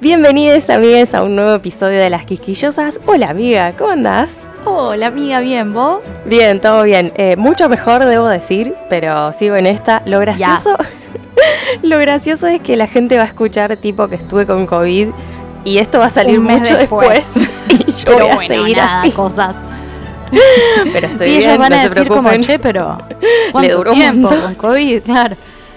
Bienvenidos, amigas, a un nuevo episodio de Las Quisquillosas. Hola, amiga, ¿cómo andás? Hola, amiga, ¿bien? ¿Vos? Bien, todo bien. Mucho mejor, debo decir, pero sigo en esta. Lo gracioso es que la gente va a escuchar tipo que estuve con COVID y esto va a salir mucho después. Y yo voy a seguir así. Cosas. Pero estoy sí, bien, ellos van no a se decir preocupen. como, che, pero ¿cuánto Le duró un tiempo montón. con COVID? Claro.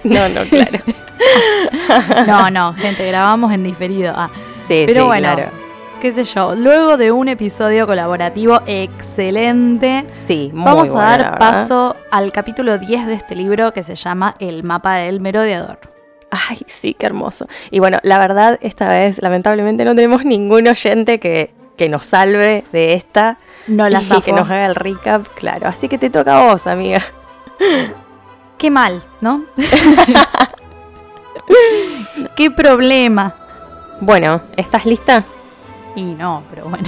No, No, gente, grabamos en diferido. Sí, pero sí, bueno, claro. qué sé yo, luego de un episodio colaborativo excelente, Sí, muy vamos a bueno, dar la verdad. paso al capítulo 10 de este libro que se llama El mapa del merodeador. Ay, sí, qué hermoso. Y bueno, la verdad, esta vez, lamentablemente, no tenemos ningún oyente que nos salve de esta. No la y zafo. que nos haga el recap, claro. Así que te toca a vos, amiga. Qué mal, ¿no? Qué problema. Bueno, ¿estás lista? Y no, pero bueno.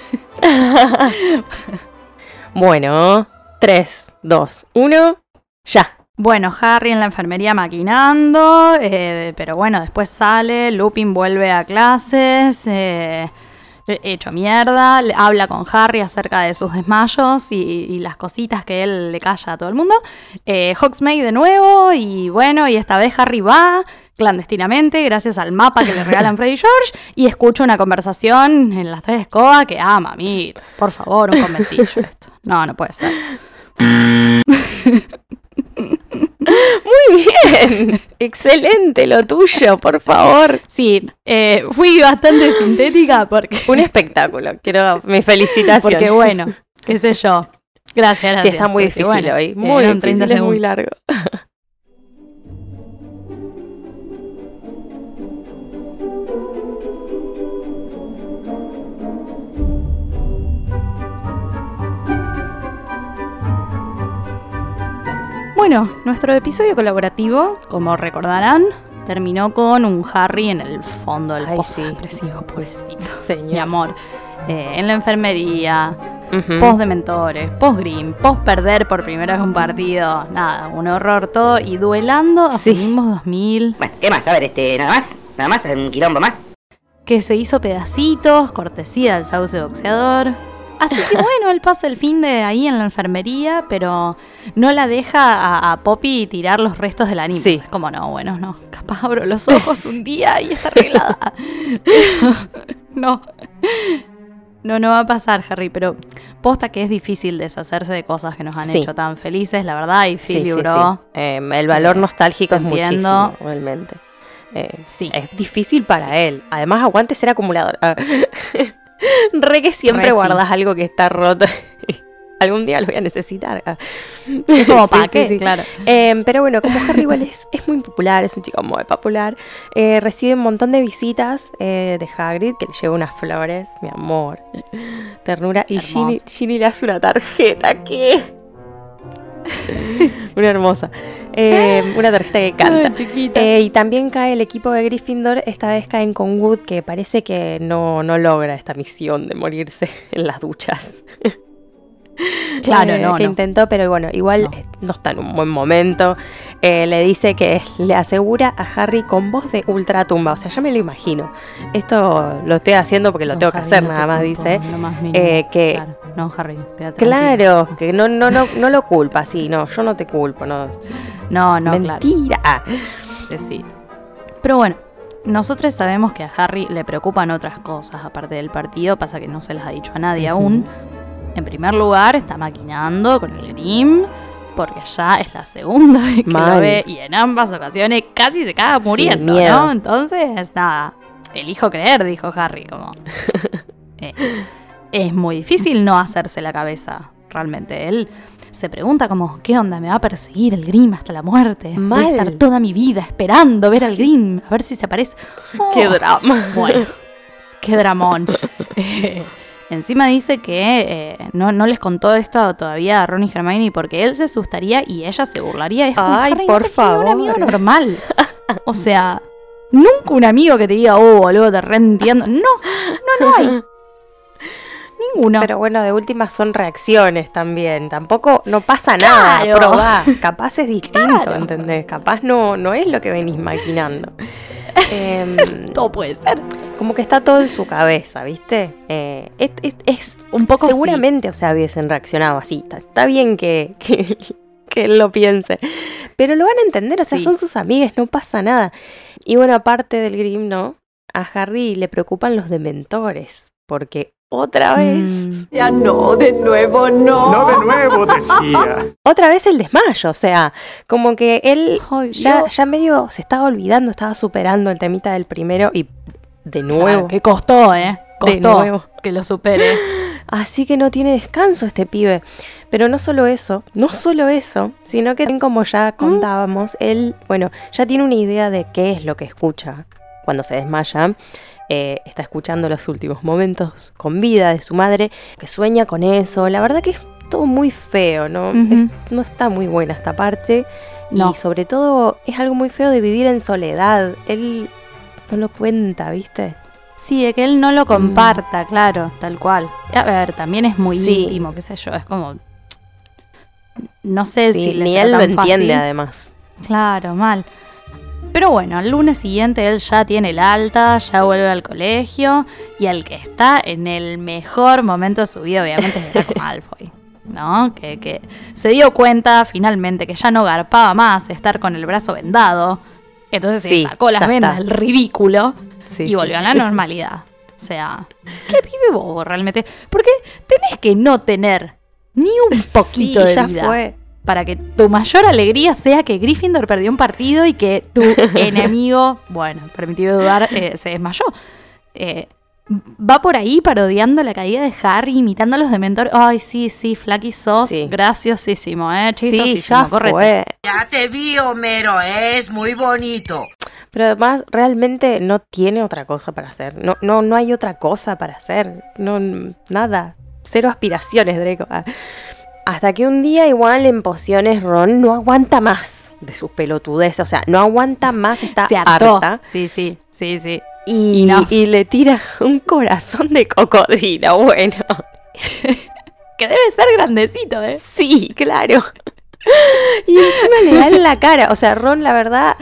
Bueno, 3, 2, 1, ya. Bueno, Harry en la enfermería maquinando, pero bueno, después sale, Lupin vuelve a clases, hecho mierda, habla con Harry acerca de sus desmayos y las cositas que él le calla a todo el mundo. Hogsmeade de nuevo y bueno, y esta vez Harry va clandestinamente gracias al mapa que le regalan Freddy y George y escucha una conversación en las tres escobas que, mamita, por favor, un conventillo esto. No puede ser. Muy bien. Excelente lo tuyo, por favor. Sí, fui bastante sintética porque... Un espectáculo. Quiero mis felicitaciones. Porque bueno, qué sé yo. Gracias. Sí, está muy difícil bueno, hoy. Muy eran difícil, 30 es muy segundos. largo. Bueno, nuestro episodio colaborativo, como recordarán, terminó con un Harry en el fondo del Ay, pozo sí. depresivo, pobrecito. Señor. Mi amor, en la enfermería, Ujú. post dementores, post Grimm, post perder por primera vez un partido, nada, un horror todo, y duelando Sí. asumimos 2000, Bueno, ¿qué más? A ver, nada más, un quilombo más. que se hizo pedacitos, cortesía del sauce boxeador. Así que bueno, él pasa el fin de ahí en la enfermería, pero no la deja a Poppy tirar los restos del anime. Sí. Es como, no, capaz abro los ojos un día y está arreglada. No va a pasar, Harry, pero posta que es difícil deshacerse de cosas que nos han Sí. hecho tan felices, la verdad, y Sí, Philly, sí, bro. sí. El valor nostálgico es entiendo. muchísimo, realmente. Sí. Es difícil para él. Además, aguante ser acumulador. Re que siempre Re sí. guardas algo que está roto. Algún día lo voy a necesitar. Es como, Sí, ¿para sí, qué? sí. Claro. Pero bueno, como Harry igual es muy popular, es un chico muy popular, recibe un montón de visitas de Hagrid, que le lleva unas flores, mi amor, ternura. Y Hermoso. Ginny le hace una tarjeta, ¿qué? Una hermosa. Una tarjeta que canta. Ay, chiquita. Y también cae el equipo de Gryffindor. Esta vez caen con Wood, que parece que no logra esta misión de morirse en las duchas. Claro, que no. intentó, pero bueno, igual no está en un buen momento. Le dice que le asegura a Harry con voz de ultratumba. O sea, ya me lo imagino. Esto lo estoy haciendo porque lo No, tengo que Harry, hacer, no te nada más culpo, dice. en lo más mínimo. Que Claro. No, Harry, quédate claro, que no lo culpa, sí, no, yo no te culpo, no. tranquilo. No, Mentira. claro. Necesito. Pero bueno, nosotros sabemos que a Harry le preocupan otras cosas aparte del partido, pasa que no se las ha dicho a nadie aún. En primer lugar, está maquinando con el Grimm, porque ya es la segunda vez que Mal. lo ve y en ambas ocasiones casi se caga muriendo, miedo. ¿no? Entonces, nada, elijo creer, dijo Harry, como... es muy difícil no hacerse la cabeza, realmente. Él se pregunta como, ¿qué onda? ¿Me va a perseguir el Grimm hasta la muerte? Voy Mal. a estar toda mi vida esperando ver al Grimm, a ver si se aparece. Qué Oh, drama. bueno, qué dramón. Encima dice que no les contó esto todavía a Ron y Hermione porque él se asustaría y ella se burlaría. Es como, Ay, Harry, por no te pido un amigo favor. normal. O sea, nunca un amigo que te diga, boludo, te reentiendo. No hay. Ninguno. Pero bueno, de última son reacciones también. Tampoco no pasa nada. Claro. Probá. Capaz es distinto, Claro. ¿entendés? Capaz no es lo que venís maquinando. Todo puede ser. como que está todo en su cabeza, ¿viste? Es un poco seguramente, o sea, hubiesen reaccionado así. Está bien que él lo piense, pero lo van a entender, o sea, son sus amigas, no pasa nada. Y bueno, aparte del Grimm, ¿no? A Harry le preocupan los dementores, porque otra vez... Ya no, de nuevo no. No de nuevo, decía. Otra vez el desmayo, o sea, como que él ya medio se estaba olvidando, estaba superando el temita del primero y de nuevo. Claro, que costó, Costó de nuevo que lo supere. Así que no tiene descanso este pibe. Pero no solo eso, sino que como ya contábamos, él, bueno, ya tiene una idea de qué es lo que escucha cuando se desmaya. Está escuchando los últimos momentos con vida de su madre, que sueña con eso. La verdad que es todo muy feo, ¿no? No está muy buena esta parte. No. Y sobre todo es algo muy feo de vivir en soledad. Él no lo cuenta, ¿viste? Sí, de que él no lo comparta, claro, tal cual. A ver, también es muy íntimo, qué sé yo, es como... No sé si ni él lo entiende, además. Claro, mal. Pero bueno, al lunes siguiente él ya tiene el alta, ya vuelve al colegio, y el que está en el mejor momento de su vida, obviamente, es Draco Malfoy, ¿no? Que se dio cuenta finalmente que ya no garpaba más estar con el brazo vendado, entonces se sacó las vendas, el ridículo, y volvió a la normalidad. O sea, qué pibe bobo realmente, porque tenés que no tener ni un poquito de vida. Fue. Para que tu mayor alegría sea que Gryffindor perdió un partido y que tu enemigo, bueno, permitido dudar, se desmayó. Va por ahí parodiando la caída de Harry, imitando a los dementores. Ay, sí, Flaky sos graciosísimo, chistosísimo, ya correcto. Ya te vi, Homero, es muy bonito. Pero además realmente no tiene otra cosa para hacer. No hay otra cosa para hacer. No, nada. Cero aspiraciones, Draco. Hasta que un día igual en pociones Ron no aguanta más de sus pelotudeces. O sea, no aguanta más, está harta. Sí. Y le tira un corazón de cocodrilo, bueno. Que debe ser grandecito, Sí, claro. Y encima le da en la cara. O sea, Ron, la verdad...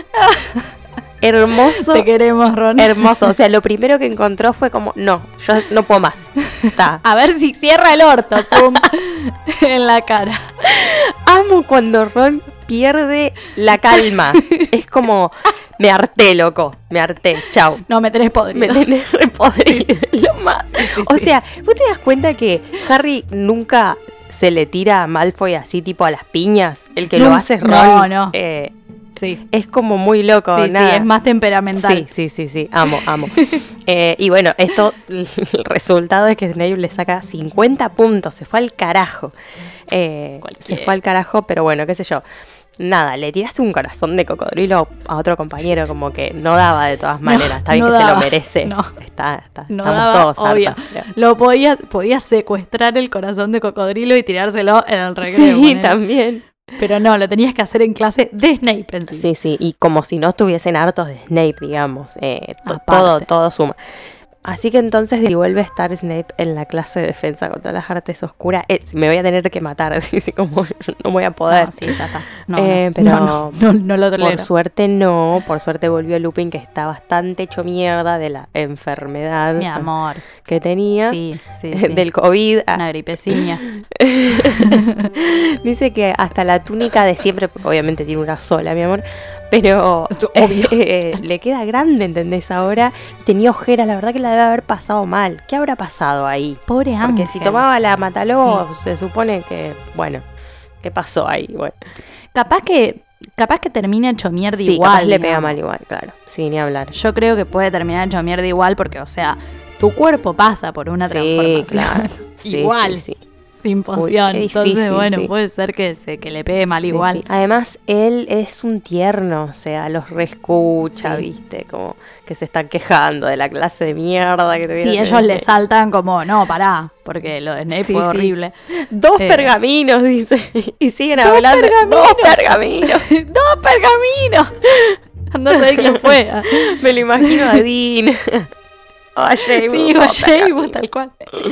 Hermoso. Te queremos, Ron. Hermoso. O sea, lo primero que encontró fue como, no, yo no puedo más. Está. A ver si cierra el orto, pum, en la cara. Amo cuando Ron pierde la calma. Es como, me harté, loco. Me harté. Chau. No, me tenés podrido. Me tenés repodrido. Lo más. O sea, ¿vos te das cuenta que Harry nunca se le tira a Malfoy así tipo a las piñas? El que lo hace es Ron. No. Sí. Es como muy loco. Sí, es más temperamental. Sí. Amo. Y bueno, el resultado es que Snape le saca 50 puntos. Se fue al carajo. Pero bueno, qué sé yo. Nada, le tiraste un corazón de cocodrilo a otro compañero, como que no daba de todas maneras. Está bien que se lo merece. No. Estamos todos obvio. Hartos. Lo podía secuestrar el corazón de cocodrilo y tirárselo en el recreo. Sí, también. Pero no, lo tenías que hacer en clase de Snape en sí. Sí, y como si no estuviesen hartos de Snape, digamos. Todo suma. Así que entonces vuelve a estar Snape en la clase de defensa contra las artes oscuras. Me voy a tener que matar, así como no voy a poder. No, sí, ya está. Pero no lo tolero. Por suerte volvió Lupin, que está bastante hecho mierda de la enfermedad. Mi amor. Que tenía. Sí. Del COVID. Una gripeciña. Dice que hasta la túnica de siempre, obviamente tiene una sola, mi amor, pero le queda grande, ¿entendés? Ahora tenía ojeras, la verdad que la debe haber pasado mal. ¿Qué habrá pasado ahí? Pobre Ángel. Porque si tomaba la Matalobo, se supone que, bueno, ¿qué pasó ahí? Bueno. Capaz que termine hecho mierda igual. Sí, capaz le pega mal igual, claro. Sí, ni hablar. Yo creo que puede terminar hecho mierda igual porque, o sea, tu cuerpo pasa por una transformación. Claro. Igual. Sí. Sin poción. Difícil, entonces, bueno, puede ser que le pegue mal igual. Sí. Además, él es un tierno, o sea, los reescucha, ¿viste? Como que se están quejando de la clase de mierda que te Sí, ellos le saltan como, no, pará, porque lo de Snape fue horrible. 2 pergaminos, dice, y siguen hablando. 2 pergaminos. 2 pergaminos. No sé quién fue. Me lo imagino a Dean. O a James, tal cual.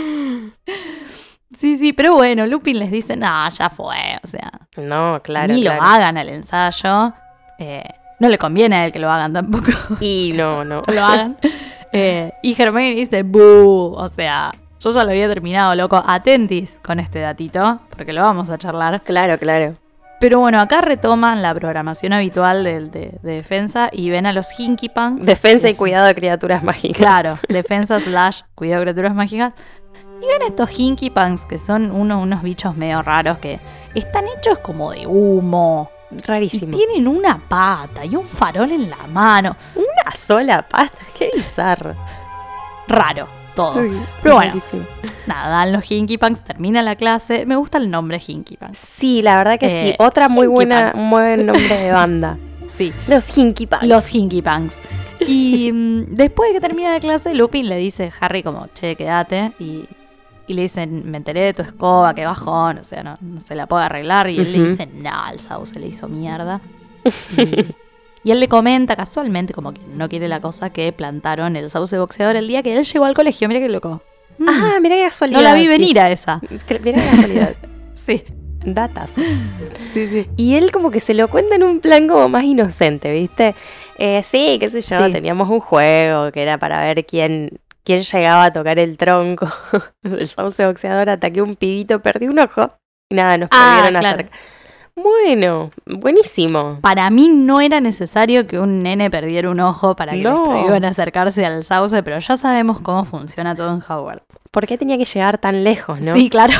Sí, pero bueno, Lupin les dice, no, ya fue, o sea. No, claro. Ni lo hagan al ensayo. No le conviene a él que lo hagan tampoco. Y no. Lo hagan. Y Hermione dice, ¡buh! O sea, yo ya lo había terminado, loco. Atentis con este datito, porque lo vamos a charlar. Claro, claro. Pero bueno, acá retoman la programación habitual de defensa y ven a los Hinky Punks. Defensa y cuidado de criaturas mágicas. Claro, defensa / cuidado de criaturas mágicas. Y ven estos Hinky Punks, que son unos bichos medio raros que están hechos como de humo. Rarísimo. Y tienen una pata y un farol en la mano. Una sola pata, qué bizarro. Raro todo. Uy, pero bueno, rarísimo. nada, dan los Hinky Punks, termina la clase. Me gusta el nombre Hinky Punks. Sí, la verdad que sí. Otra muy Hinky buena, Punks. un buen nombre de banda. Sí. Los Hinky Punks. Los Hinky Punks. Y después de que termina la clase, Lupin le dice a Harry como, che, quédate. Y le dicen, me enteré de tu escoba, qué bajón, o sea, no se la puede arreglar. Y él le dice, no, el sauce le hizo mierda. Y él le comenta casualmente, como que no quiere la cosa, que plantaron el sauce boxeador el día que él llegó al colegio. Mira qué loco. Ah, mira qué casualidad. No la vi venir a esa. Mira qué casualidad. Sí. Datas. Sí. Y él como que se lo cuenta en un plan como más inocente, ¿viste? Sí, qué sé yo, Sí. teníamos un juego que era para ver quién llegaba a tocar el tronco del sauce boxeador, ataqué a un pibito, perdí un ojo y nada, nos perdieron claro. acerca. Bueno, buenísimo. Para mí no era necesario que un nene perdiera un ojo para que les No. prohíban acercarse al sauce, pero ya sabemos cómo funciona todo en Hogwarts. ¿Por qué tenía que llegar tan lejos, no? Sí, claro.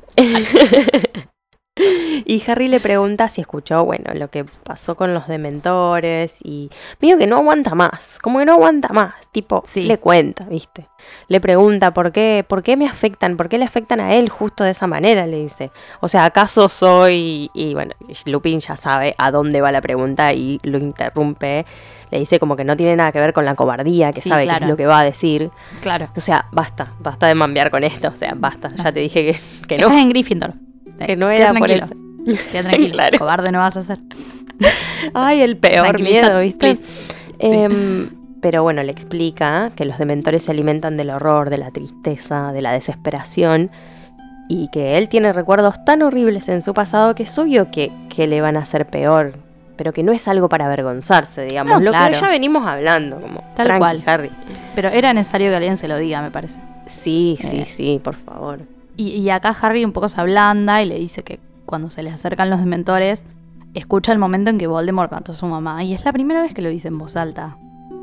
Y Harry le pregunta si escuchó, bueno, lo que pasó con los dementores y medio que no aguanta más, como que no aguanta más, tipo, Sí. le cuenta, ¿viste? Le pregunta por qué me afectan, por qué le afectan a él justo de esa manera, le dice. O sea, ¿acaso soy...? Y bueno, Lupin ya sabe a dónde va la pregunta y lo interrumpe, le dice como que no tiene nada que ver con la cobardía, que Sí, sabe claro. qué es lo que va a decir. Claro. O sea, basta de mambear con esto, o sea, basta, ya te dije que no. Estás en Gryffindor. Que no Queda era por tranquilo. Queda tranquilo. Claro. Cobarde no vas a ser. Ay, el peor Tranquilízate, miedo, ¿viste? please. Pero bueno, le explica que los dementores se alimentan del horror, de la tristeza, de la desesperación y que él tiene recuerdos tan horribles en su pasado que es obvio que le van a hacer peor, pero que no es algo para avergonzarse, digamos. No, lo claro. que ya venimos hablando, como Tal tranqui, cual. Harry. Pero era necesario que alguien se lo diga, me parece. Sí, por favor. Y acá Harry un poco se ablanda y le dice que cuando se le acercan los dementores, escucha el momento en que Voldemort mató a su mamá. Y es la primera vez que lo dice en voz alta.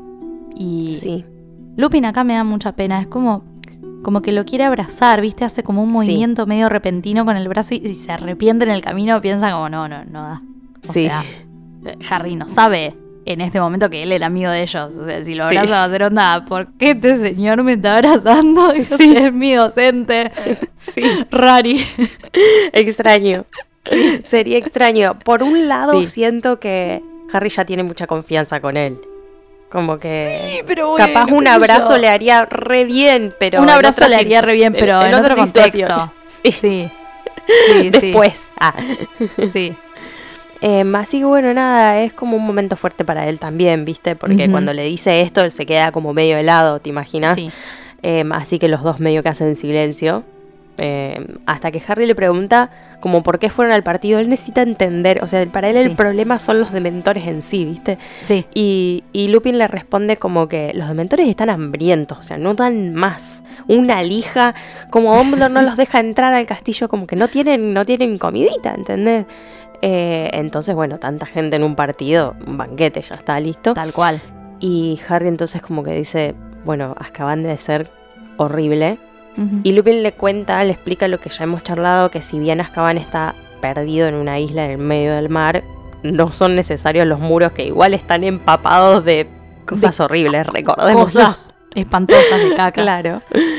Y Sí. Lupin acá me da mucha pena. Es como que lo quiere abrazar, ¿viste? Hace como un movimiento medio repentino con el brazo y si se arrepiente en el camino piensa como no da. O Sí. sea, Harry no sabe en este momento que él era amigo de ellos. O sea, si lo Sí. abraza va a ser onda, ¿por qué este señor me está abrazando? Sí. Es mi docente. Sí. Rari. Extraño. Sería extraño. Por un lado, Sí. siento que Harry ya tiene mucha confianza con él. Como que Sí, pero bueno, capaz un qué sé abrazo yo. le haría re bien, pero Un en abrazo otras le haría re bien, pero en otro otra situación. contexto. Sí. Sí. Sí, Después. Sí. Así que bueno, nada, es como un momento fuerte para él también, ¿viste? Porque Ujú. cuando le dice esto, él se queda como medio helado, ¿te imaginas? Sí. Así que los dos medio que hacen silencio. Hasta que Harry le pregunta como por qué fueron al partido. Él necesita entender, o sea, para él Sí. el problema son los dementores en sí, ¿viste? Sí. Y Lupin le responde como que los dementores están hambrientos, o sea, no dan más. Una lija, como Dumbledore no los deja entrar al castillo, como que no tienen comidita, ¿entendés? Entonces, bueno, tanta gente en un partido, un banquete, ya está listo. Tal cual. Y Harry entonces como que dice, bueno, acaban de ser horrible. Ujú. Y Lupin le explica lo que ya hemos charlado, que si bien Azkaban está perdido en una isla en el medio del mar, no son necesarios los muros que igual están empapados de cosas horribles, recordemos. Cosas espantosas de caca. Claro.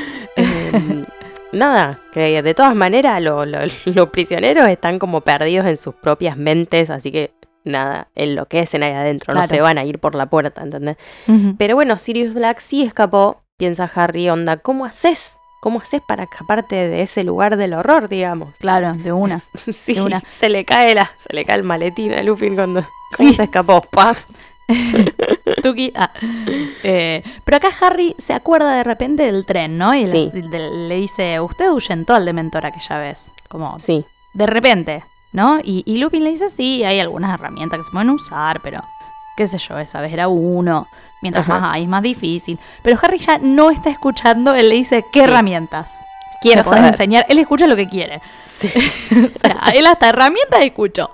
Nada, que de todas maneras los prisioneros están como perdidos en sus propias mentes, así que nada, enloquecen ahí adentro, no Claro. se van a ir por la puerta, ¿entendés? Ujú. Pero bueno, Sirius Black sí escapó, piensa Harry, onda, ¿cómo haces? ¿Cómo haces para escaparte de ese lugar del horror, digamos? Claro, de una. Sí, de una. se le cae el maletín a Lupin cuando Sí. se escapó. ¡Paf! Tuki. Pero acá Harry se acuerda de repente del tren, ¿no? Y Sí. le dice, usted ahuyentó al dementor aquella vez. Como Sí, de repente, ¿no? Y Lupin le dice, sí, hay algunas herramientas que se pueden usar, pero qué sé yo, esa vez era 1, mientras más hay es más difícil. Pero Harry ya no está escuchando, él le dice, ¿qué herramientas? Quiero saber. Enseñar, él escucha lo que quiere. Sí. O sea, él hasta herramientas escuchó.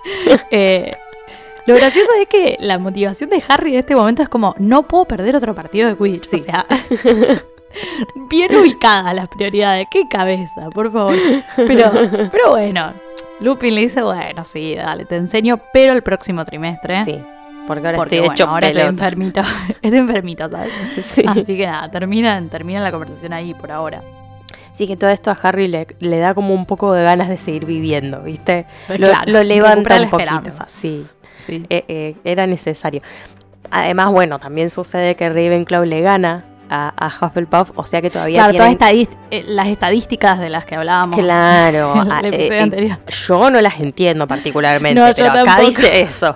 Lo gracioso es que la motivación de Harry en este momento es como, no puedo perder otro partido de Quidditch. Sí. O sea, bien ubicadas las prioridades. Qué cabeza, por favor. Pero bueno, Lupin le dice, bueno, sí, dale, te enseño, pero el próximo trimestre. Sí, porque ahora estoy hecho ahora pelota. Estoy enfermito, ¿sabes? Sí. Así que nada, termina la conversación ahí por ahora. Sí, que todo esto a Harry le da como un poco de ganas de seguir viviendo, ¿viste? Claro, lo levanta la un poquito. esperanza. Sí. Sí. Era necesario. Además, bueno, también sucede que Ravenclaw le gana a Hufflepuff, o sea que todavía tienen... todas las estadísticas de las que hablábamos. Claro. en el episodio anterior. Yo no las entiendo particularmente, No, pero yo acá tampoco. dice eso.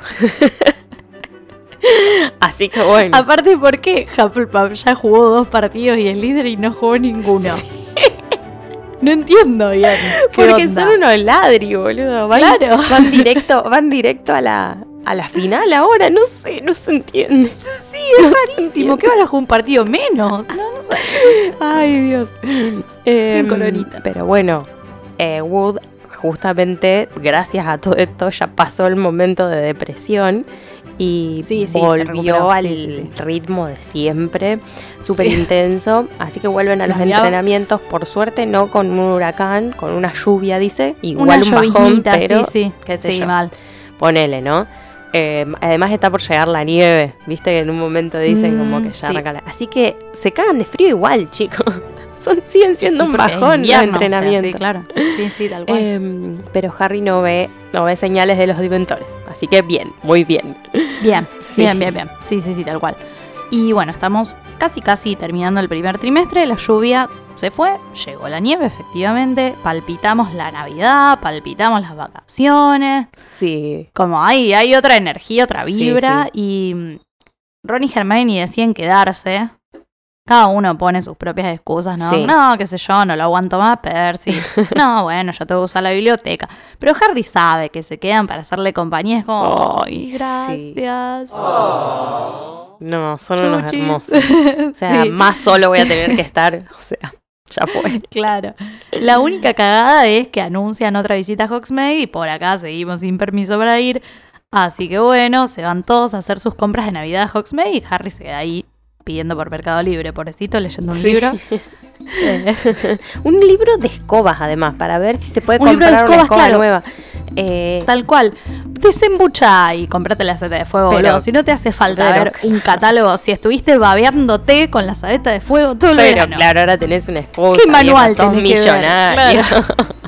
Así que bueno. Aparte, ¿por qué Hufflepuff ya jugó 2 partidos y es líder y no jugó ninguno? Sí. No entiendo bien. Porque onda? son unos ladri, boludo. Claro. Van directo a la final ahora. No sé, no se entiende. Sí, es rarísimo. ¿Qué van a jugar un partido menos? No sé. Ay, Dios. Sin coronita. Pero bueno, Wood, justamente, gracias a todo esto, ya pasó el momento de depresión. Y volvió al ritmo de siempre, súper intenso. Así que vuelven a los entrenamientos, por suerte no con un huracán, con una lluvia, dice. Igual un bajón, pero qué sé yo. Mal. Ponele, ¿no? Además está por llegar la nieve, viste que en un momento dicen como que ya arranca la... Así que se cagan de frío igual, chicos. Siguen siendo un bajón los entrenamientos. Sí, claro. Sí, tal cual. Pero Harry no ve señales de los Dementores. Así que bien, muy bien. Bien. Sí, tal cual. Y bueno, estamos casi terminando el primer trimestre. La lluvia se fue, llegó la nieve, efectivamente. Palpitamos la Navidad, palpitamos las vacaciones. Sí. Como hay otra energía, otra vibra. Sí. Y Ron y Hermione deciden quedarse. Cada uno pone sus propias excusas, ¿no? Sí. No, qué sé yo, no lo aguanto más, Percy. No, bueno, yo tengo que usar la biblioteca. Pero Harry sabe que se quedan para hacerle compañía. Es como, ¡ay, gracias! Sí. No, son unos hermosos. O sea, más solo voy a tener que estar. O sea, ya fue. Claro. La única cagada es que anuncian otra visita a Hogsmeade y por acá seguimos sin permiso para ir. Así que bueno, se van todos a hacer sus compras de Navidad a Hogsmeade y Harry se queda ahí pidiendo por Mercado Libre, pobrecito, leyendo un libro. Un libro de escobas, además, para ver si se puede comprar una escoba nueva. Tal cual. Desembucha y comprate la seta de fuego, boludo. Si no te hace falta ver un catálogo, si estuviste babeándote con la sabeta de fuego todo el verano. Claro, ahora tenés una excusa. ¿Qué manual sos millonario? Claro.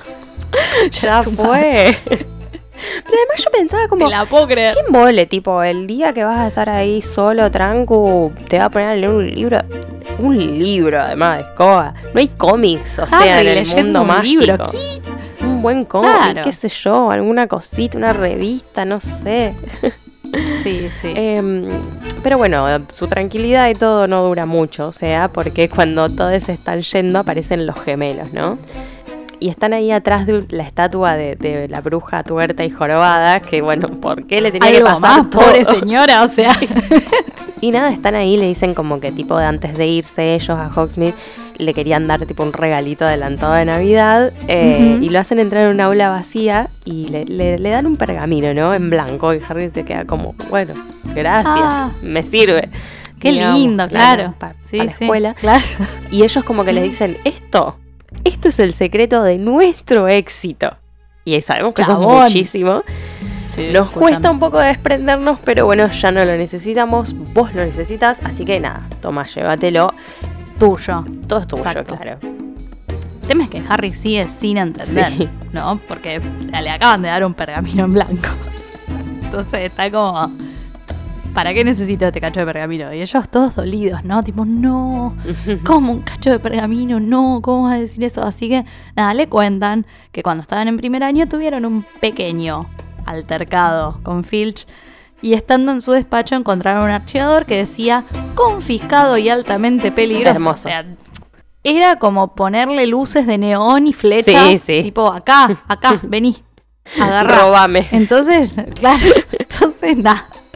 Ya fue. Pero además yo pensaba como... Te la puedo creer. ¿Qué mole? Tipo, el día que vas a estar ahí solo, tranco, te va a poner a leer un libro. Un libro, además, de escoba. No hay cómics, o sea, en el mundo mágico. Libro. Un buen cómic, qué sé yo, alguna cosita, una revista, no sé. Sí. Pero bueno, su tranquilidad y todo no dura mucho, o sea, porque cuando todos se están yendo aparecen los gemelos, ¿no? Y están ahí atrás de la estatua de la bruja tuerta y jorobada, que bueno, ¿por qué le tenía que pasar más, todo? Pobre señora, o sea. Y nada, están ahí, le dicen como que tipo de antes de irse ellos a Hogsmeade, le querían dar tipo un regalito adelantado de Navidad, y lo hacen entrar en un aula vacía y le dan un pergamino, ¿no? En blanco, y Harry se queda como, bueno, gracias, me sirve. Qué lindo, claro. Para la escuela. Claro. Y ellos como que les dicen, esto es el secreto de nuestro éxito. Y sabemos que eso es muchísimo. Sí, nos cuesta un poco desprendernos, pero bueno, ya no lo necesitamos. Vos lo necesitas, así que nada, toma, llévatelo. Tuyo. Todo es tuyo, exacto. Claro. El tema es que Harry sigue sin entender, ¿no? Porque le acaban de dar un pergamino en blanco. Entonces está como... ¿Para qué necesito este cacho de pergamino? Y ellos todos dolidos, ¿no? Tipo, no, ¿cómo un cacho de pergamino? No, ¿cómo vas a decir eso? Así que, nada, le cuentan que cuando estaban en primer año tuvieron un pequeño altercado con Filch y estando en su despacho encontraron un archivador que decía confiscado y altamente peligroso. Hermoso. O sea, era como ponerle luces de neón y flechas, tipo, acá, vení, agarrá. Róbame. Entonces, claro, nada.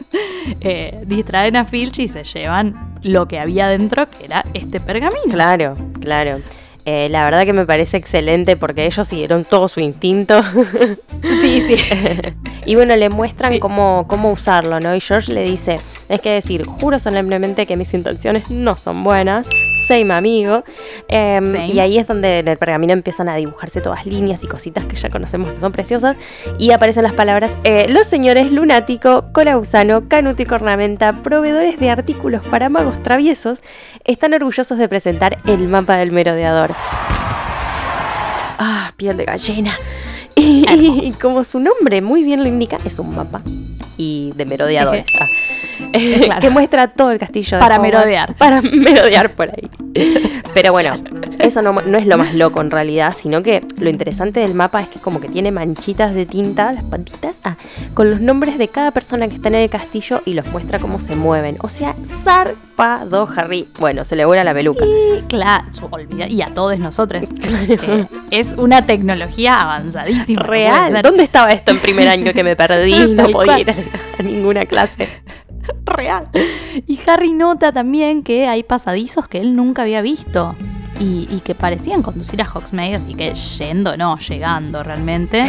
distraen a Filch y se llevan lo que había dentro, que era este pergamino. Claro, claro. La verdad que me parece excelente porque ellos siguieron todo su instinto. Sí, sí. Y bueno, le muestran cómo usarlo, ¿no? Y George le dice, es que decir, juro solemnemente que mis intenciones no son buenas. Same amigo. Y ahí es donde en el pergamino empiezan a dibujarse todas líneas y cositas que ya conocemos que son preciosas. Y aparecen las palabras, los señores Lunático, Colagusano, Canuto y Cornamenta, proveedores de artículos para magos traviesos, están orgullosos de presentar el mapa del merodeador. Ah, piel de gallina. Y como su nombre muy bien lo indica, es un mapa. Y de merodeadores. Claro. Que muestra todo el castillo para merodear. Para merodear por ahí. Pero bueno, eso no es lo más loco en realidad, sino que lo interesante del mapa es que como que tiene manchitas de tinta, las patitas, con los nombres de cada persona que está en el castillo y los muestra cómo se mueven. O sea, zarpado, Harry. Bueno, se le vuela la peluca. Y claro, y a todos nosotros. Claro. Es una tecnología avanzadísima. Real. ¿Dónde estaba esto en primer año que me perdí? No podía ir a ninguna clase. Real. Y Harry nota también que hay pasadizos que él nunca había visto y que parecían conducir a Hogsmeade, así que llegando realmente.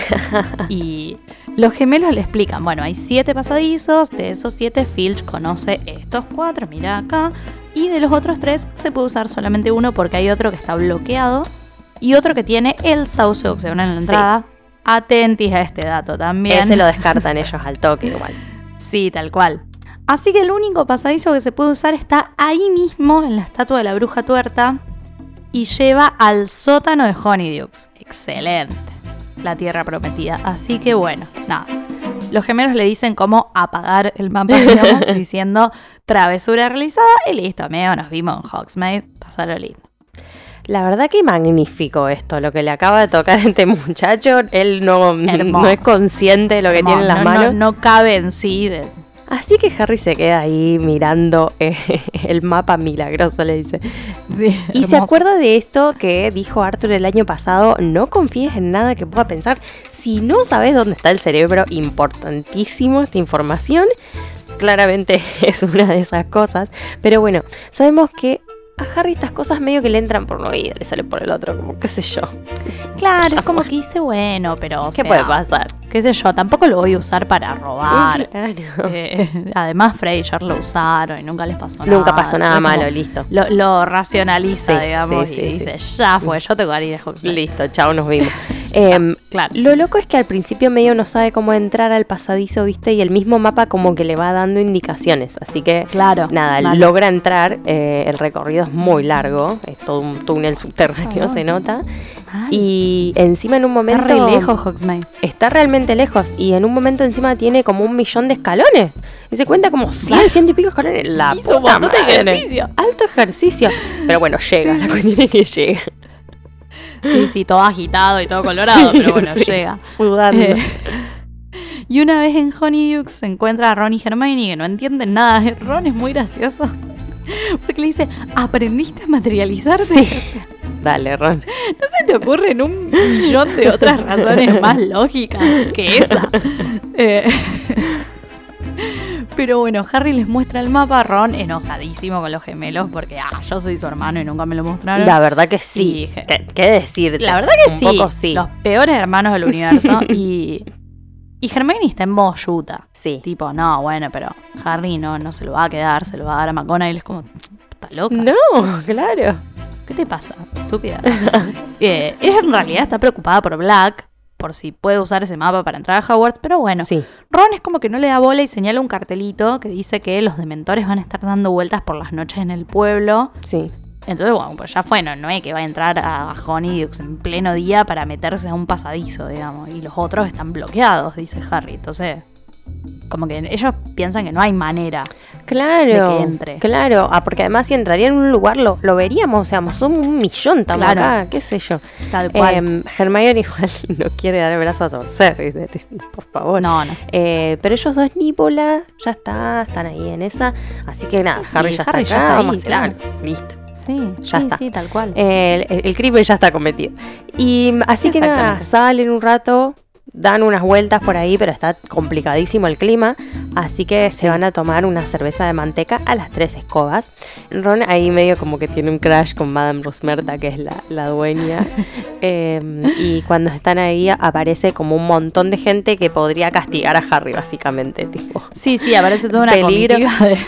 Y los gemelos le explican, bueno, hay 7 pasadizos, de esos 7 Filch conoce estos 4, mira acá, y de los otros 3 se puede usar solamente uno porque hay otro que está bloqueado y otro que tiene el sauce oxidado en la entrada. Sí. Atentis a este dato también. Ese lo descartan ellos al toque igual. Sí, tal cual. Así que el único pasadizo que se puede usar está ahí mismo, en la estatua de la bruja tuerta, y lleva al sótano de Honeydukes. Excelente. La tierra prometida. Así que bueno, nada. Los gemelos le dicen cómo apagar el mapa, digamos, diciendo travesura realizada y listo, amigo, nos vimos en Hogsmeade. Pasalo lindo. La verdad que magnífico esto, lo que le acaba de tocar a este muchacho. Él no es consciente de lo que tiene en las manos. No cabe en sí de... Así que Harry se queda ahí mirando el mapa milagroso, le dice. Sí, y se acuerda de esto que dijo Arthur el año pasado, no confíes en nada que pueda pensar. Si no sabes dónde está el cerebro, importantísimo esta información. Claramente es una de esas cosas. Pero bueno, sabemos que a Harry estas cosas medio que le entran por un oído, le salen por el otro, como qué sé yo. Claro, es como que dice, bueno, pero ¿qué puede pasar? Qué sé yo, tampoco lo voy a usar para robar. Claro. Además, Fred y George lo usaron y nunca les pasó nada. Nunca pasó nada malo, listo. Lo racionaliza, sí, digamos, sí, y dice, ya fue, yo tengo que ir a Hogsmeade. Listo, chao, nos vimos. Claro. Lo loco es que al principio medio no sabe cómo entrar al pasadizo, ¿viste? Y el mismo mapa como que le va dando indicaciones. Así que, claro, nada, vale. Logra entrar. El recorrido es muy largo. Es todo un túnel subterráneo, se nota. Ay. Y encima en un momento... Está re lejos Hogsmeade. Está realmente lejos. Y en un momento encima tiene como 1.000.000 de escalones. Y se cuenta como 100 y pico escalones. La hizo un montón de ejercicio. Alto ejercicio. Pero bueno, llega. La cuestión es que llega. Sí, todo agitado y todo colorado, sí, pero bueno, llega. Sudando. Y una vez en Honeydukes se encuentra a Ron y Hermione que no entienden nada. Ron es muy gracioso porque le dice, ¿aprendiste a materializarte? Sí. Dale, Ron. ¿No se te ocurren 1.000.000 de otras razones más lógicas que esa? Pero bueno, Harry les muestra el mapa, Ron enojadísimo con los gemelos porque yo soy su hermano y nunca me lo mostraron. La verdad que sí. ¿Qué decirte? La verdad que sí. Poco sí. Los peores hermanos del universo. Y Hermione está en modo Utah. Sí. Tipo, no, bueno, pero Harry no se lo va a quedar, se lo va a dar a McGonagall. Es como, ¿está loca? No, claro. ¿Qué te pasa, estúpida? Ella en realidad está preocupada por Black, por si puede usar ese mapa para entrar a Hogwarts, pero bueno, sí. Ron es como que no le da bola y señala un cartelito que dice que los dementores van a estar dando vueltas por las noches en el pueblo. Sí. Entonces, bueno, pues ya fue, no es que va a entrar a Honeydukes en pleno día para meterse a un pasadizo, digamos, y los otros están bloqueados, dice Harry. Entonces, como que ellos piensan que no hay manera de que entre. Claro, porque además si entraría en un lugar lo veríamos, o sea, somos 1.000.000 estamos acá, qué sé yo. Tal cual. Hermione igual no quiere dar el brazo a torcer, dice, por favor. No. Pero ellos dos ni bola, ya están ahí en esa, así que nada, Harry ya está acá, vamos a claro. Listo. Sí, ya está. Sí, tal cual. El crimen ya está cometido. Y así que nada, salen un rato, dan unas vueltas por ahí, pero está complicadísimo el clima, así que se van a tomar una cerveza de manteca a las 3 escobas. Ron ahí medio como que tiene un crush con Madame Rosmerta, que es la dueña, y cuando están ahí aparece como un montón de gente que podría castigar a Harry, básicamente, tipo. Sí, aparece toda una peligro.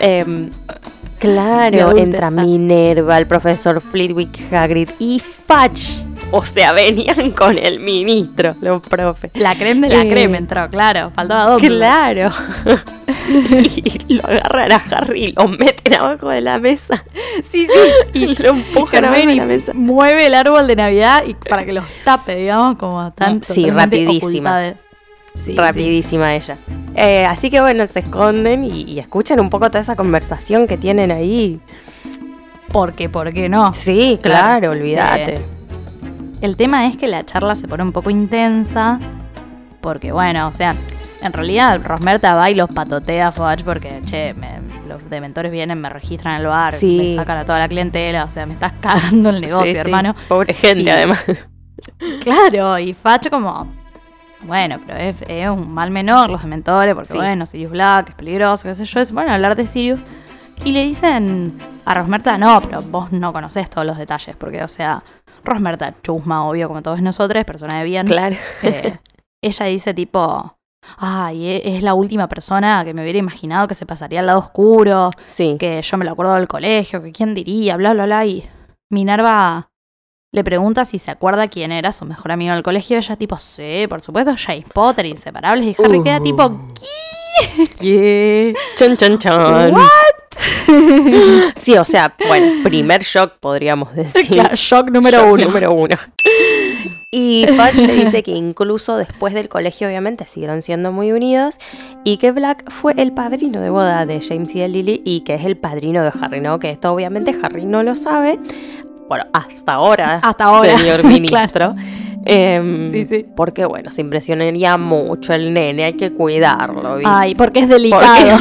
Claro, de entra Minerva, el profesor Flitwick, Hagrid y Fudge. O sea, venían con el ministro, los profes. La creme de la creme entró, claro. Faltaba dos. Claro. Y lo agarran a Harry y lo meten abajo de la mesa. Sí. Y lo empujan abajo de la mesa. Mueve el árbol de Navidad y para que los tape, digamos, como tan rapidísima. Rapidísima ella. Así que bueno, se esconden y escuchan un poco toda esa conversación que tienen ahí. ¿Por qué no? Sí, claro, olvídate. El tema es que la charla se pone un poco intensa porque, bueno, o sea, en realidad Rosmerta va y los patotea a Fudge porque, los dementores vienen, me registran el bar, me sacan a toda la clientela, o sea, me estás cagando el negocio, hermano. Pobre gente, además. Claro, y Fudge como, bueno, pero es un mal menor los dementores porque, bueno, Sirius Black es peligroso, qué sé yo, es bueno hablar de Sirius. Y le dicen a Rosmerta, no, pero vos no conocés todos los detalles porque, o sea, Rosmerta chusma, obvio, como todos nosotros, persona de bien. Claro. Ella dice tipo, ay, es la última persona que me hubiera imaginado que se pasaría al lado oscuro, que yo me lo acuerdo del colegio, que quién diría, bla, bla, bla. Y Minerva le pregunta si se acuerda quién era su mejor amigo del colegio. Ella tipo, sí, por supuesto, James Potter, inseparables. Y Harry queda tipo, ¿qué? Chon, chon, chon. ¿What? Sí, o sea, bueno, primer shock podríamos decir. Claro, shock número uno. Y Fudge le dice que incluso después del colegio obviamente siguieron siendo muy unidos y que Black fue el padrino de boda de James y de Lily y que es el padrino de Harry, ¿no? Que esto obviamente Harry no lo sabe. Bueno, hasta ahora. Señor ministro. Sí. Porque bueno, se impresionaría mucho el nene, hay que cuidarlo, ¿viste? Ay, porque es delicado.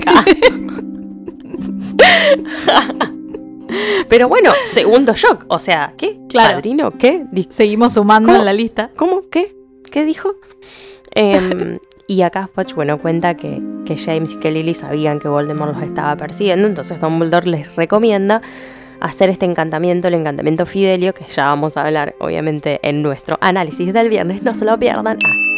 Pero bueno, segundo shock, o sea, ¿qué? Claro. ¿Padrino? ¿Qué? Seguimos sumando en la lista. ¿Cómo? ¿Qué? ¿Qué dijo? Y acá Fudge, bueno, cuenta que James y que Lily sabían que Voldemort los estaba persiguiendo, entonces Dumbledore les recomienda hacer este encantamiento, el encantamiento Fidelio, que ya vamos a hablar, obviamente, en nuestro análisis del viernes, no se lo pierdan.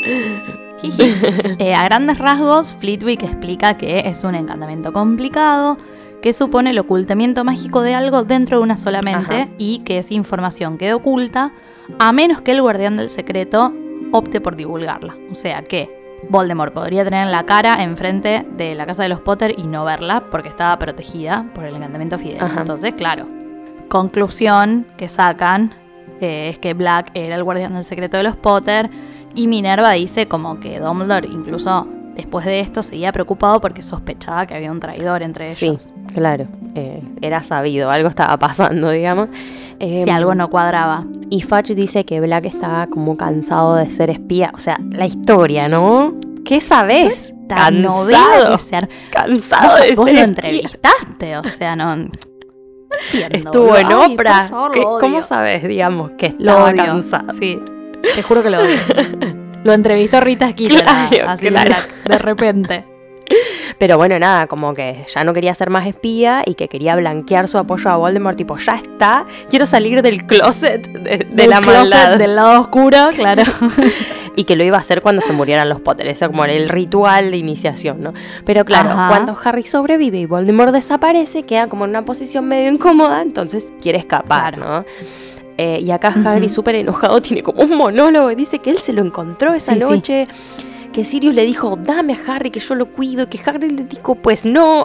A grandes rasgos, Flitwick explica que es un encantamiento complicado, que supone el ocultamiento mágico de algo dentro de una sola mente y que esa información quede oculta a menos que el guardián del secreto opte por divulgarla. O sea que Voldemort podría tener la cara enfrente de la casa de los Potter y no verla porque estaba protegida por el encantamiento Fidelio. Entonces, claro, conclusión que sacan es que Black era el guardián del secreto de los Potter y Minerva dice como que Dumbledore incluso después de esto seguía preocupado porque sospechaba que había un traidor entre ellos. Sí, claro, era sabido, algo estaba pasando, digamos. Si algo no cuadraba. Y Fudge dice que Black estaba como cansado de ser espía. O sea, la historia, ¿no? ¿Qué sabés? Cansado de ser espía. Vos lo entrevistaste, o sea, no entiendo. Estuvo en Oprah. ¿Cómo sabés, digamos, que estaba cansado? Sí, te juro que lo odio. Lo entrevistó Rita Skeeter, así de repente. Pero bueno, nada, como que ya no quería ser más espía y que quería blanquear su apoyo a Voldemort, tipo, ya está, quiero salir del closet de la maldad. Del lado oscuro, claro. Y que lo iba a hacer cuando se murieran los Potter, eso como el ritual de iniciación, ¿no? Pero claro, cuando Harry sobrevive y Voldemort desaparece, queda como en una posición medio incómoda, entonces quiere escapar, ¿no? Y acá Harry, súper enojado, tiene como un monólogo y dice que él se lo encontró esa noche. Que Sirius le dijo, dame a Harry que yo lo cuido, que Harry le dijo, pues no,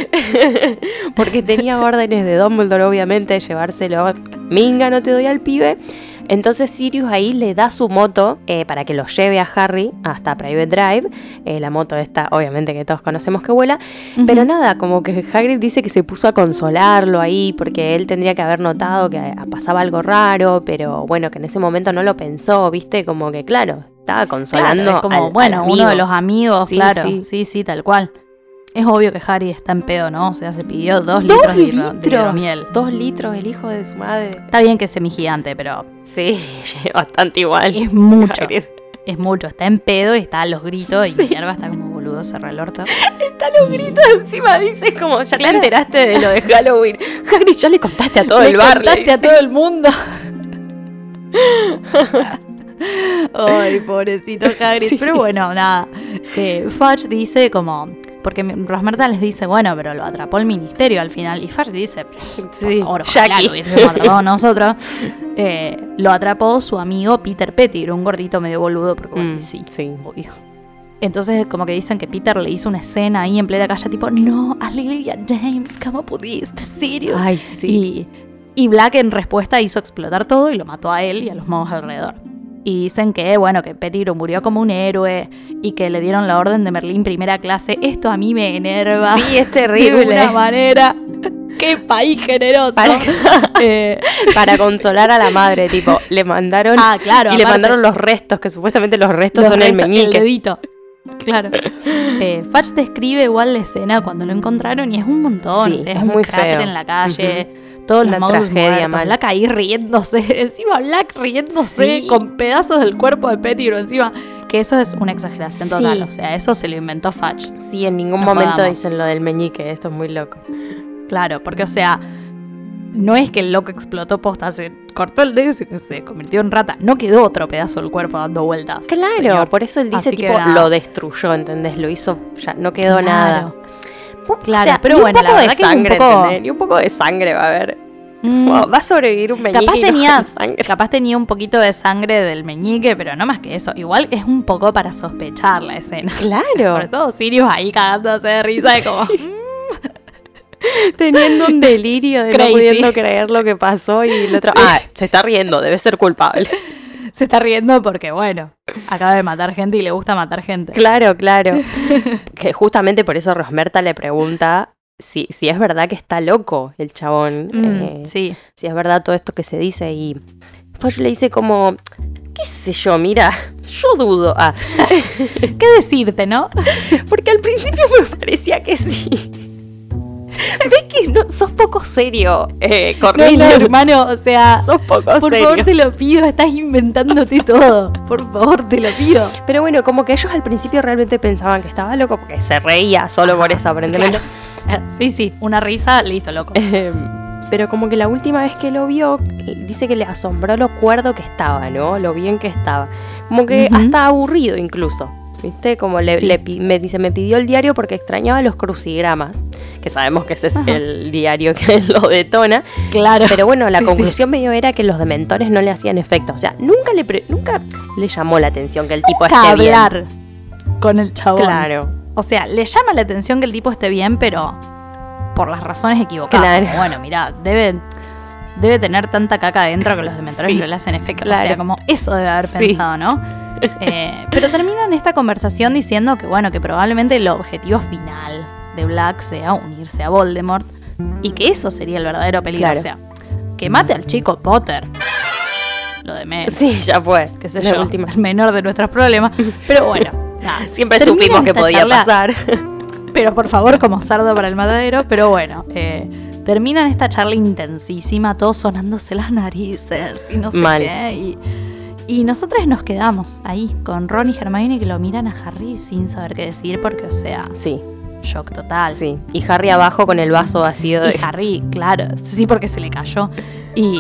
porque tenía órdenes de Dumbledore, obviamente, de llevárselo, minga, no te doy al pibe. Entonces Sirius ahí le da su moto para que lo lleve a Harry hasta Private Drive, la moto esta, obviamente, que todos conocemos que vuela, pero nada, como que Hagrid dice que se puso a consolarlo ahí, porque él tendría que haber notado que pasaba algo raro, pero bueno, que en ese momento no lo pensó, ¿viste? Como que, claro, estaba consolando. Claro, como, bueno, uno de los amigos, sí, claro. Sí, tal cual. Es obvio que Harry está en pedo, ¿no? O sea, se pidió 2 litros de hidromiel. 2 litros, el hijo de su madre. Está bien que es semigigante, pero... Sí, bastante igual. Es mucho. es mucho. Está en pedo y está a los gritos y Minerva está como boludo, cerra el orto. Está a los gritos encima, dice como, ya te enteraste de lo de Halloween. Hagrid, ya le contaste a todo el bar. Le contaste a todo el mundo. Ay, pobrecito Hagrid. Sí. Pero bueno, nada. Fudge dice como... Porque Rosmerta les dice, bueno, pero lo atrapó el ministerio al final. Y Fudge dice, sí, por favor, ojalá lo hubiésemos atrapado nosotros. Lo atrapó su amigo Peter Pettigrew, un gordito medio boludo, porque bueno, sí, obvio. Entonces como que dicen que Peter le hizo una escena ahí en plena calle, tipo, no, a Lily y a James, ¿cómo pudiste? ¿Serios? Ay, sí. Y Black en respuesta hizo explotar todo y lo mató a él y a los magos alrededor. Y dicen que, bueno, que Pettigrew murió como un héroe y que le dieron la orden de Merlín primera clase. Esto a mí me enerva. Sí, es terrible. De una manera. ¡Qué país generoso! Para consolar a la madre, tipo, le mandaron... Ah, claro. Y aparte, le mandaron los restos, que supuestamente los restos son el meñique. El dedito. Claro. Fudge describe igual la escena cuando lo encontraron y es un montón. Sí, o sea, es muy cráter en la calle... Todos los magos muertos, Black ahí riéndose, encima Black riéndose con pedazos del cuerpo de Pettigrew encima, que eso es una exageración total, o sea, eso se lo inventó Fudge. Sí, en ningún momento dicen lo del meñique, esto es muy loco. Claro, porque o sea, no es que el loco explotó posta, se cortó el dedo y se convirtió en rata, no quedó otro pedazo del cuerpo dando vueltas. Claro, señor. Por eso él dice tipo, lo destruyó, ¿entendés? Lo hizo, ya no quedó nada. Claro, o sea, pero bueno, la verdad sangre, que un poco... ni un poco de sangre va a haber. Va a sobrevivir un meñique. Capaz tenía un poquito de sangre del meñique, pero no más que eso. Igual es un poco para sospechar la escena. Claro. Sobre todo Sirius ahí cagándose de risa de como... Teniendo un delirio de no pudiendo creer lo que pasó y el otro... se está riendo, debe ser culpable. Se está riendo porque, bueno, acaba de matar gente y le gusta matar gente. Claro. Que justamente por eso Rosmerta le pregunta si es verdad que está loco el chabón. Sí. Si es verdad todo esto que se dice. Y después le dice como, qué sé yo, mira, yo dudo. ¿Qué decirte, no? Porque al principio me parecía que sí. ¿Ves que no, sos poco serio, Cornelius? No, hermano, o sea, sos poco serio. Por favor, te lo pido, estás inventándote todo. Por favor, te lo pido. Pero bueno, como que ellos al principio realmente pensaban que estaba loco porque se reía solo por eso, aparentemente. Claro. Sí, una risa, listo, loco. Pero como que la última vez que lo vio, dice que le asombró lo cuerdo que estaba, ¿no? Lo bien que estaba. Como que hasta aburrido incluso. ¿Viste? Como me pidió el diario porque extrañaba los crucigramas, que sabemos que ese es el diario que lo detona. Claro. Pero bueno, la conclusión medio era que los dementores no le hacían efecto. O sea, nunca le llamó la atención que el tipo esté bien. Hablar con el chabón. Claro. O sea, le llama la atención que el tipo esté bien, pero por las razones equivocadas. Claro. Bueno, mirá, debe tener tanta caca adentro que los dementores no le hacen efecto. Claro. O sea, como eso debe haber pensado, ¿no? Pero terminan esta conversación diciendo que bueno, que probablemente el objetivo final de Black sea unirse a Voldemort y que eso sería el verdadero peligro. Claro. O sea, que mate al chico Potter. Lo de menos. Sí, ya fue. Qué sé yo, el menor de nuestros problemas. Pero bueno, nada. Siempre supimos que podía pasar. Pero por favor, como sardo para el matadero. Pero bueno, terminan esta charla intensísima, todos sonándose las narices y no sé qué. Y nosotras nos quedamos ahí con Ron y Hermione que lo miran a Harry sin saber qué decir porque, o sea, shock total. Sí, y Harry abajo con el vaso vacío. Y Harry, claro, sí, porque se le cayó. Y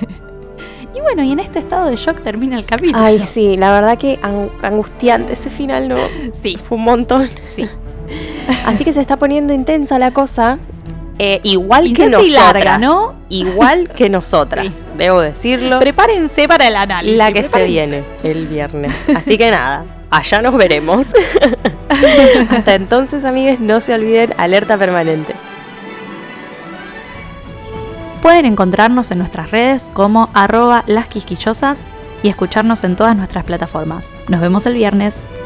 bueno, y en este estado de shock termina el capítulo. Ay, sí, la verdad que angustiante ese final, ¿no? Sí. Fue un montón. Sí. Así que se está poniendo intensa la cosa. Igual que nosotras, larga, ¿no? Igual que nosotras, debo decirlo. Prepárense para el análisis. La que se viene el viernes. Así que nada, allá nos veremos. Hasta entonces, amigues, no se olviden, alerta permanente. Pueden encontrarnos en nuestras redes como @lasquisquillosas y escucharnos en todas nuestras plataformas. Nos vemos el viernes.